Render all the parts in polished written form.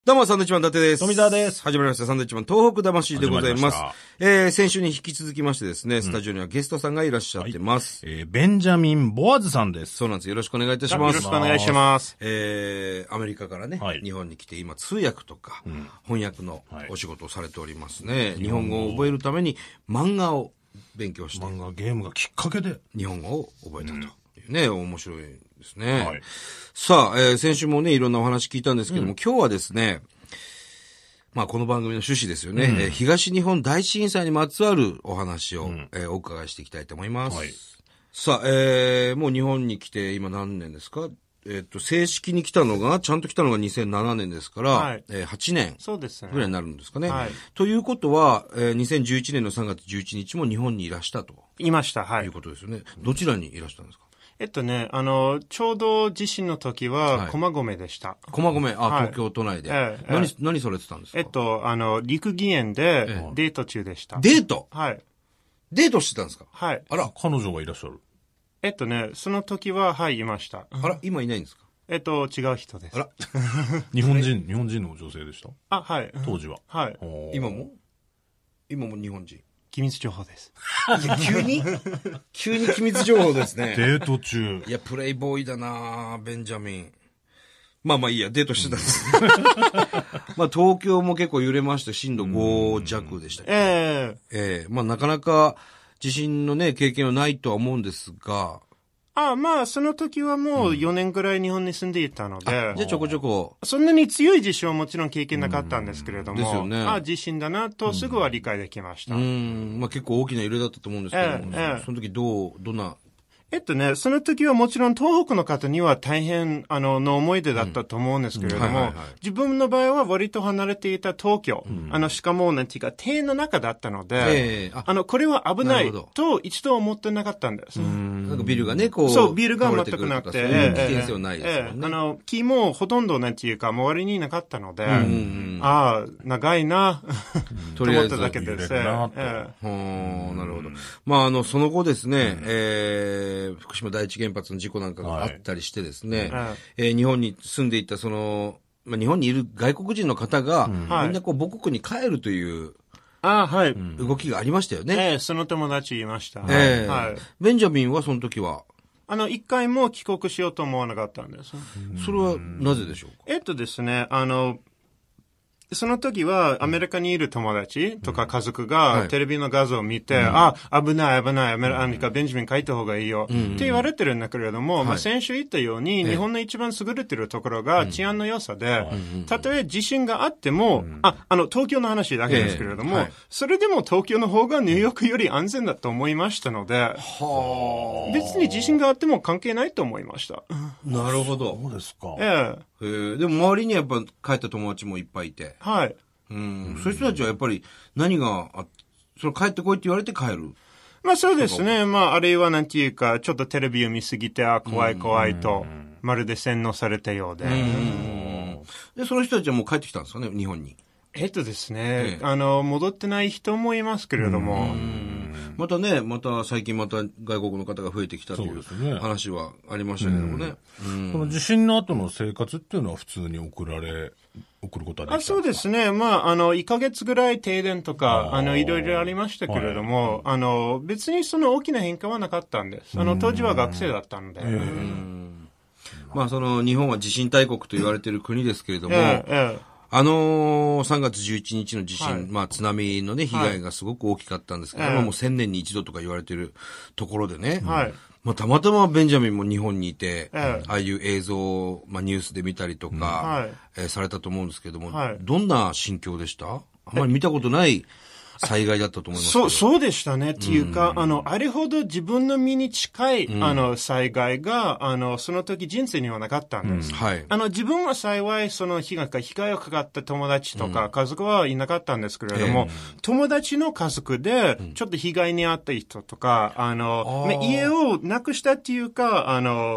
どうも、サンドウィッチマン伊達です。 富澤です。 始まりました。サンドウィッチマン東北魂でございます。先週に引き続きましてですね、スタジオにはゲストさんがいらっしゃってます。 ベンジャミン・ボアズさんです。 そうなんです。よろしくお願いいたします。 よろしくお願いします。 アメリカからね、日本に来て今通訳とか、翻訳のお仕事をされておりますね。日本語を覚えるために漫画を勉強して。 漫画、ゲームがきっかけで。 日本語を覚えたというね、面白いですね。さあ、先週もね、いろんなお話聞いたんですけども、今日はですね、まあこの番組の趣旨ですよね、東日本大震災にまつわるお話を、お伺いしていきたいと思います。さあ、もう日本に来て今何年ですか？正式に来たのが、ちゃんと来たのが2007年ですから、8年ぐらいになるんですかね。ということは、2011年の3月11日も日本にいらしたと。 いました、 いうことですよね。どちらにいらしたんですか？ ちょうど地震の時は、駒込でした。 駒込、東京都内で。何されてたんですか？ 陸技園でデート中でした。 デート？ はい。 デートしてたんですか？ はい。 あら、彼女がいらっしゃる？ その時は、はい、いました。 あら、今いないんですか？ 違う人です。 あら。 日本人の女性でした？ あ、はい。 当時は。 はい。 今も日本人。 機密情報です。 いや、急に機密情報ですね。 デート中。 いや、プレイボーイだなベンジャミン。まあいいや、デートしてたんです。まあ東京も結構揺れまして、震度5弱でしたけど。まあなかなか地震のね、経験はないとは思うんですが。 その時はもう4年ぐらい日本に住んでいたので。 じゃあちょこちょこ。 そんなに強い地震はもちろん経験なかったんですけれども。 ですよね。 地震だなとすぐは理解できました。 まあ結構大きな揺れだったと思うんですけども。その時どんな。 その時はもちろん東北の方には大変、の思い出だったと思うんですけれども、自分の場合は割と離れていた東京、しかもなんていうか、庭園の中だったので、これは危ないと一度思ってなかったんです。 なんかビルがね、こう。 そう、ビルが全くなくて、 危険性はないですもんね。 木もほとんどなんていうか、周りになかったので、長いな、と思っただけです。 なるほど。まあ、その後ですね、福島第一原発の事故なんかがあったりしてですね、日本に住んでいた日本にいる外国人の方が、みんなこう母国に帰るという、動きがありましたよね。 その友達いました。 ベンジャミンはその時は一回も帰国しようと思わなかったんです。 それはなぜでしょうか？ ですね、その時はアメリカにいる友達とか家族がテレビの画像を見て、危ない、アメリカ、ベンジャミン帰った方がいいよって言われてるんだけれども、先週言ったように日本の一番優れてるところが治安の良さで、たとえ地震があっても、東京の話だけですけれども、それでも東京の方がニューヨークより安全だと思いましたので、別に地震があっても関係ないと思いました。 なるほど。 そうですか。 でも周りにやっぱ帰った友達もいっぱいいて。 はい。 そういう人たちはやっぱり帰ってこいって言われて帰る。 そうですね。あるいはなんていうか、ちょっとテレビを見すぎて、怖いと、まるで洗脳されたようで。 で、その人たちはもう帰ってきたんですかね、日本に。 ですね。戻ってない人もいますけれども。 最近外国の方が増えてきたという話はありましたけどもね。 この地震の後の生活っていうのは普通に送ることはできたんですか？ そうですね。1ヶ月ぐらい停電とか、いろいろありましたけれども、別にその大きな変化はなかったんです。当時は学生だったので。 日本は地震大国と言われている国ですけれども、3月11日の地震、津波のね、被害がすごく大きかったんですけども、もう1000年に一度とか言われているところでね、たまたまベンジャミンも日本にいて、ああいう映像を、ニュースで見たりとか、されたと思うんですけども、どんな心境でした？あまり見たことない災害だったと思いますけど。 そうでしたね。っていうか、あれほど自分の身に近い、災害が、その時人生にはなかったんです。自分は幸い、その被害をかかった友達とか、家族はいなかったんですけれども、友達の家族で、ちょっと被害に遭った人とか、家をなくしたっていうか、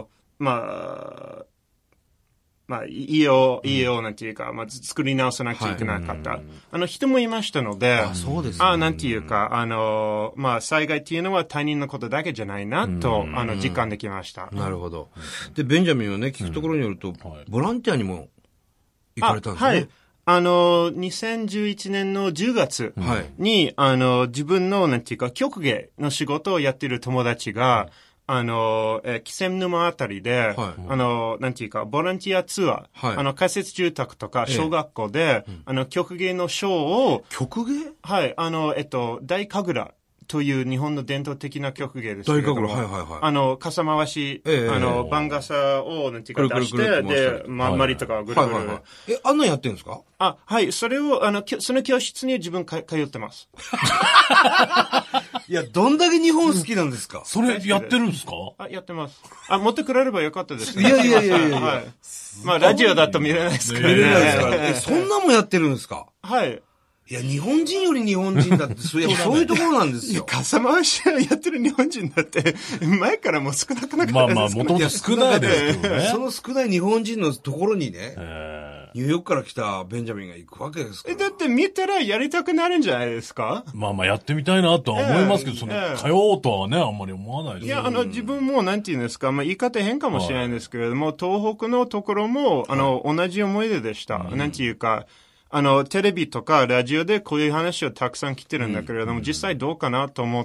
家をなんていうか、作り直さなきゃいけなかった。人もいましたので、 そうですね。 なんていうか、災害っていうのは他人のことだけじゃないな、と、実感できました。 なるほど。で、ベンジャミンはね、聞くところによると、ボランティアにも行かれたんですね。 2011年の10月に、自分の、なんていうか、曲芸の仕事をやっている友達が、気仙沼あたりで、なんていうか、ボランティアツアー、仮設住宅とか小学校で、曲芸のショーを、 曲芸？ はい、大神楽という日本の伝統的な曲芸ですけれども、傘回し、番傘を、なんていうか出して、で、まんまりとかぐるぐる。 あんなんやってるんですか？ はい、それを、その教室に自分通ってます。 いや、どんだけ日本好きなんですか？ それやってるんですか？ やってます。持ってくれればよかったです。 いや。 はい。まあ、ラジオだと見れないですからね。 見れないですからね。そんなもんやってるんですか？ はい。 いや、日本人より日本人だって、そういうところなんですよ。 傘回しやってる日本人だって、前からもう少なくなかったです。 まあ、もともと少ないですけどね。 その少ない日本人のところにね、ニューヨークから来たベンジャミンが行くわけですから。 だって見たらやりたくなるんじゃないですか？ まあ、やってみたいなとは思いますけど、通おうとはね、あんまり思わないです。 いや、自分もなんて言うんですか、言い方変かもしれないんですけれども、東北のところも、同じ思い出でした。なんていうか、テレビとかラジオでこういう話をたくさん来てるんだけれども、実際どうかなと思って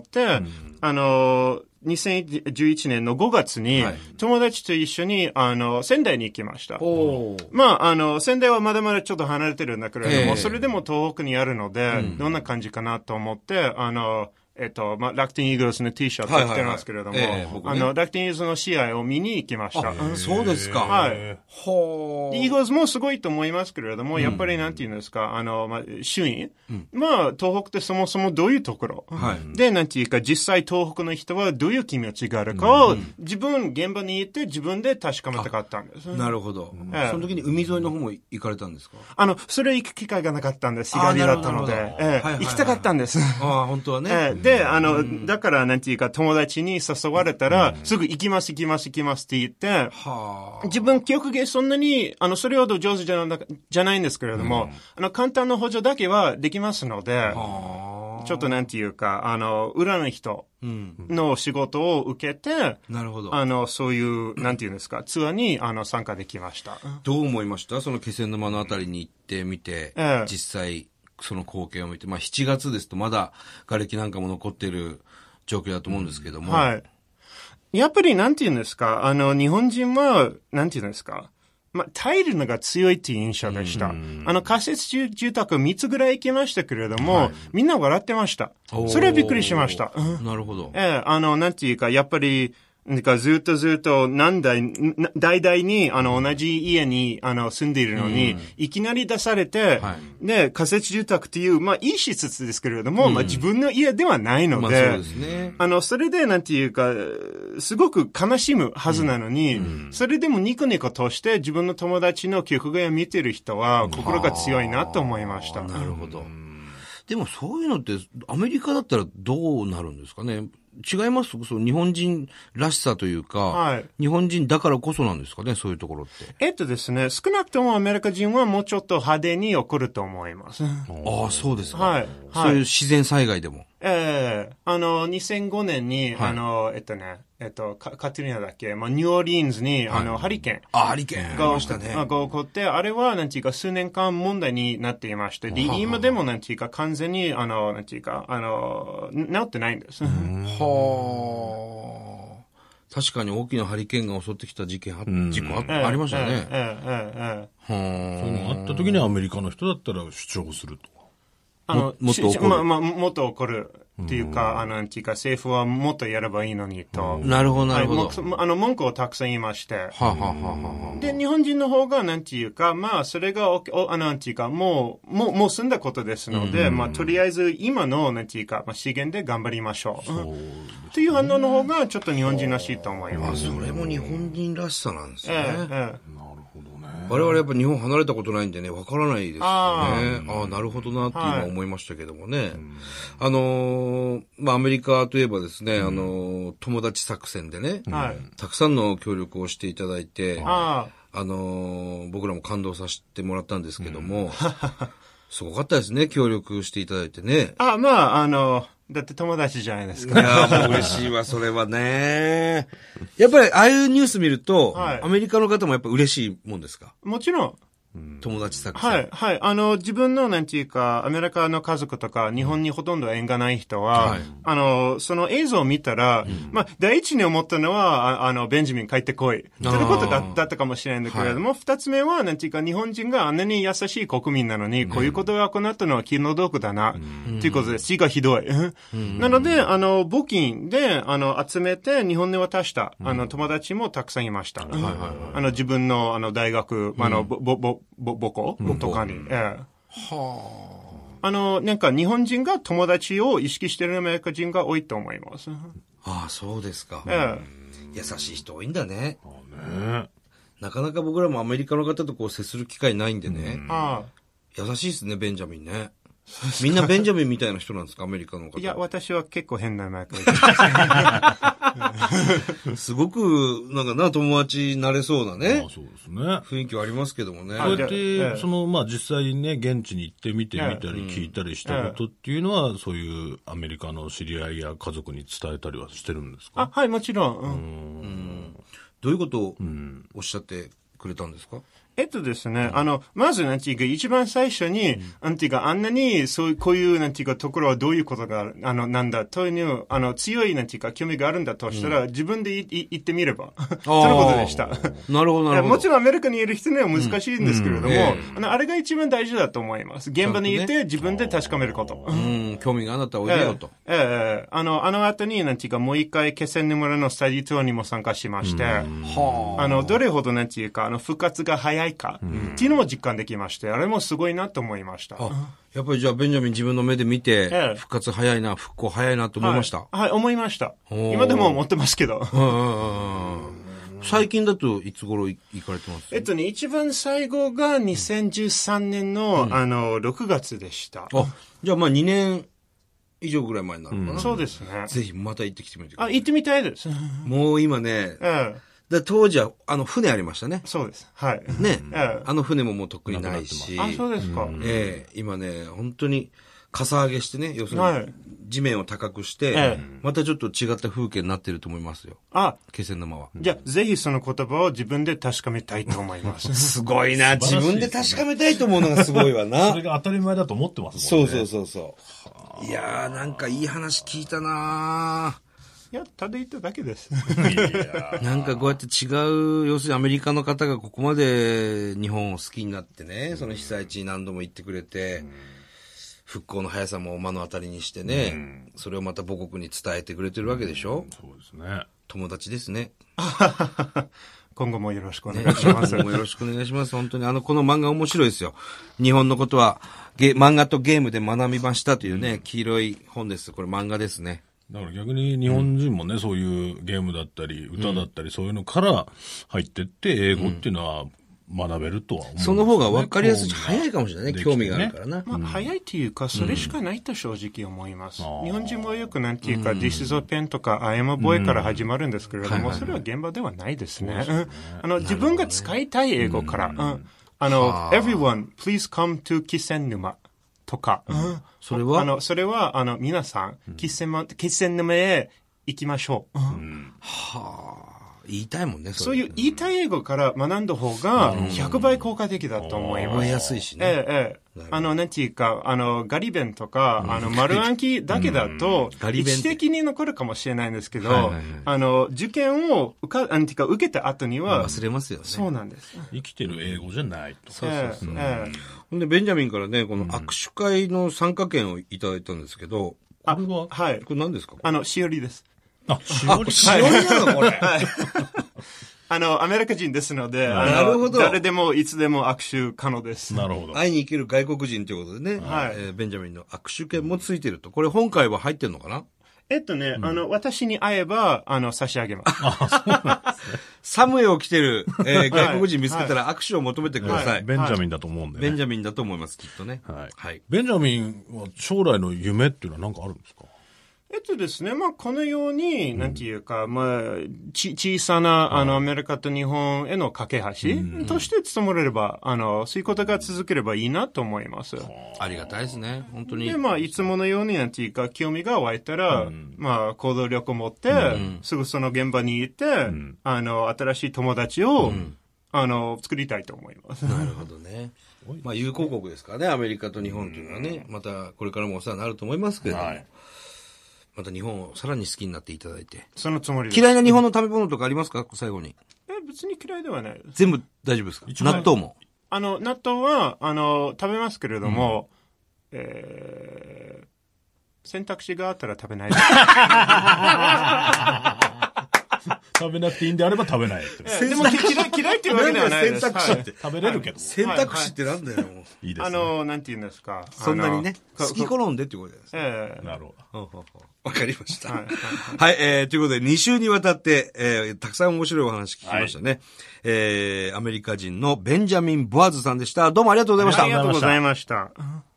、2011年の5月に、友達と一緒に、仙台に行きました。仙台はまだまだちょっと離れてるんだけれども、それでも東北にあるので、どんな感じかなと思って、楽天イーグルスの T シャツを着てますけれども、楽天イーグルスの試合を見に行きました。 そうですか。 はい。イーグルスもすごいと思いますけれども、やっぱりなんて言うんですか、周囲。東北ってそもそもどういうところで、なんていうか、実際東北の人はどういう気持ちがあるかを、現場に行って自分で確かめたかったんです。 なるほど。その時に海沿いの方も行かれたんですか？ それ行く機会がなかったんです。日帰りだったので。行きたかったんです。 本当はね。 で、だから、なんていうか、友達に誘われたら、すぐ行きますって言って、自分、曲芸そんなに、それほど上手じゃないんですけれども、簡単な補助だけはできますので、ちょっとなんていうか、裏の人の仕事を受けて、 なるほど。 そういう、なんていうんですか、ツアーに、参加できました。 どう思いました？その気仙沼のあたりに行ってみて、実際、その光景を見て、7月ですとまだ瓦礫なんかも残っている状況だと思うんですけども。 はい。やっぱりなんて言うんですか、日本人は、なんて言うんですか、耐えるのが強いっていう印象でした。仮設住宅3つぐらい行きましたけれども、みんな笑ってました。それはびっくりしました。 なるほど。 なんていうか、やっぱり、ずっと代々に、同じ家に、住んでいるのに、いきなり出されて、で、仮設住宅っていう、いい施設ですけれども、自分の家ではないので、 そうですね。 それで、なんていうか、すごく悲しむはずなのに、それでもニコニコとして自分の友達の曲芸を見てる人は、心が強いなと思いました。 なるほど。でもそういうのって、アメリカだったらどうなるんですかね？違います？その日本人らしさというか、日本人だからこそなんですかね、そういうところって。 ですね、少なくともアメリカ人はもうちょっと派手に起こると思います。 そうですか。そういう自然災害でも。 2005年に、カトリーナだっけ、ニューオーリンズに、ハリケーン。 ハリケーンが起こって、あれは、なんていうか、数年間問題になっていまして、で、今でもなんていうか、完全に、なんていうか、治ってないんです。 確かに大きなハリケーンが襲ってきた事故ありましたね。 そういうのがあった時にアメリカの人だったら主張すると。 もっと起こる。 もっと起こる。っていうか、なんていうか、政府はもっとやればいいのにと。 なるほど、なるほど。 文句をたくさん言いまして。で、日本人の方が、なんていうか、それが、なんていうか、もう済んだことですので、とりあえず今の、なんていうか、資源で頑張りましょう。っていう反応の方が、ちょっと日本人らしいと思います。 それも日本人らしさなんですね。 なるほどね。 我々やっぱ日本離れたことないんでね、わからないですよね。なるほどなって今思いましたけどもね。アメリカといえばですね、友達作戦でね、たくさんの協力をしていただいて、僕らも感動させてもらったんですけども、すごかったですね、協力していただいてね。 だって友達じゃないですか。 いや、もう嬉しいわ、それはね。やっぱり、ああいうニュース見ると、アメリカの方もやっぱ嬉しいもんですか？ もちろん。 友達作戦。 はい、はい。自分の、なんていうか、アメリカの家族とか、日本にほとんど縁がない人は、その映像を見たら、第一に思ったのは、ベンジミン帰ってこい。ということだったかもしれないんだけれども、二つ目は、なんていうか、日本人があんなに優しい国民なのに、こういうことが行ったのは気の毒だな、ということで、死がひどい。なので、募金で、集めて、日本に渡した、友達もたくさんいました。自分の、大学、母校とかに。なんか日本人が友達を意識しているアメリカ人が多いと思います。 ああ、そうですか。優しい人多いんだね。なかなか僕らもアメリカの方とこう接する機会ないんでね。優しいですね、ベンジャミンね。みんなベンジャミンみたいな人なんですか、アメリカの方。 いや、私は結構変な名前すごく、なんかな、友達になれそうなね。 そうですね。 雰囲気はありますけどもね。 こうやって、実際にね、現地に行ってみてみたり聞いたりしたことっていうのは、そういうアメリカの知り合いや家族に伝えたりはしてるんですか？ はい、もちろん。 どういうことをおっしゃってくれたんですか？ ですね、まず、なんていうか、一番最初に、なんていうか、あんなに、こういう、なんていうか、ところはどういうことが、なんだ、という、強い、なんていうか、興味があるんだとしたら、自分で行ってみれば。そのことでした。 なるほど、なるほど。 もちろんアメリカにいる人には難しいんですけれども、あれが一番大事だと思います。現場にいて、自分で確かめること。 興味があなたはおいでよと。 あの後に、なんていうか、もう一回、気仙沼のスタディツアーにも参加しまして、どれほど、なんていうか、復活が早いか、っていうのも実感できまして、あれもすごいなと思いました。 やっぱりじゃあ、ベンジャミン自分の目で見て、復活早いな、復興早いなと思いました。 はい、思いました。今でも思ってますけど。 最近だといつ頃行かれてます？ 一番最後が2013年の、6月でした。 じゃあ2年以上ぐらい前になるのかな？ そうですね。 ぜひまた行ってきてみてください。 行ってみたいです。 もう今ね、当時は、船ありましたね。 そうです。はい。 ね。船ももうとっくにないし。 そうですか。 今ね、本当に、かさ上げしてね、要するに、地面を高くして、またちょっと違った風景になってると思いますよ。気仙沼は。 じゃあ、ぜひその言葉を自分で確かめたいと思います。 すごいな。自分で確かめたいと思うのがすごいわな。 それが当たり前だと思ってますもんね。 そう。いやー、なんかいい話聞いたなー。 いや、ただ言っただけです。 なんかこうやって違う、要するにアメリカの方がここまで日本を好きになってね、その被災地に何度も行ってくれて、復興の速さも目の当たりにしてね、それをまた母国に伝えてくれてるわけでしょ？ そうですね。 友達ですね。 今後もよろしくお願いします。 今後もよろしくお願いします。本当にこの漫画面白いですよ。日本のことは漫画とゲームで学びましたというね、黄色い本です。これ漫画ですね。 だから逆に日本人もね、そういうゲームだったり、歌だったり、そういうのから入ってって、英語っていうのは学べるとは思うんですよね。 その方が分かりやすいし、早いかもしれないね。興味があるからな。 早いっていうか、それしかないと正直思います。日本人もよくなんていうか、This is a pen とか I am a boy から始まるんですけれども、それは現場ではないですね。自分が使いたい英語から、Everyone, please come to 気仙沼。とか、 それは皆さん、気仙沼へ行きましょう。 言いたいもんね、 そういう言いたい英語から学んだ方が100倍効果的だと思います。 覚えやすいしね。 なんていうか、ガリ弁とか、丸暗記だけだと、一時的に残るかもしれないんですけど、受験を受けた後には、 忘れますよね。 そうなんです。 生きてる英語じゃないと。 そう。ほんで、ベンジャミンからね、この握手会の参加券をいただいたんですけど、 これははい。 これ何ですか？ しおりです。 しおりなのこれ。 アメリカ人ですので、 なるほど。 誰でもいつでも握手可能です。 なるほど。 会いに行ける外国人ということでね、ベンジャミンの握手券もついてると。これ本会は入ってるのかな？ 私に会えば、差し上げます。 そうなんですね。 サムエを着てる、外国人見つけたら握手を求めてください。 ベンジャミンだと思うんでね。 ベンジャミンだと思います、きっとね。 はい。ベンジャミンは将来の夢っていうのは何かあるんですか？ ですね、このように、なんていうか、小さな、アメリカと日本への架け橋として務めれれば、そういうことが続ければいいなと思います。 ありがたいですね、本当に。 で、いつものように、なんていうか、興味が湧いたら、行動力を持って、すぐその現場に行って、新しい友達を、 作りたいと思います。 なるほどね。まあ、友好国ですからね、アメリカと日本というのはね、またこれからもお世話になると思いますけれども、また日本をさらに好きになっていただいて。 そのつもりです。 嫌いな日本の食べ物とかありますか、最後に。 別に嫌いではないです。 全部大丈夫ですか？納豆も。 納豆は、食べますけれども、選択肢があったら食べないです。 食べなくていいんであれば食べないって。 でも嫌いっていうわけではないです。 選択肢って食べれるけど。 選択肢ってなんだよ。 いいですね。 なんて言うんですか。 そんなにね、好き好んでっていうことですね。 なるほど。 わかりました。はい、ということで2週にわたって、たくさん面白いお話聞きましたね。アメリカ人のベンジャミン・ボアズさんでした。どうもありがとうございました。 ありがとうございました。